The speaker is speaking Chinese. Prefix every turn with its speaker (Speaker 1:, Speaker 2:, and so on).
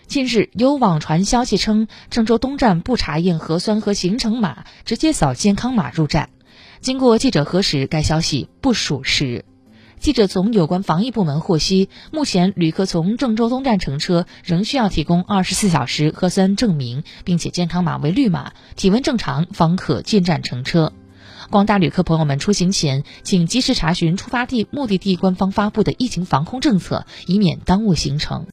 Speaker 1: 近日有网传消息称，郑州东站不查验核酸和行程码，直接扫健康码入站。经过记者核实，该消息不属实。记者从有关防疫部门获悉，目前旅客从郑州东站乘车仍需要提供24小时核酸证明，并且健康码为绿码，体温正常方可进站乘车。广大旅客朋友们出行前，请及时查询出发地、目的地官方发布的疫情防控政策，以免耽误行程。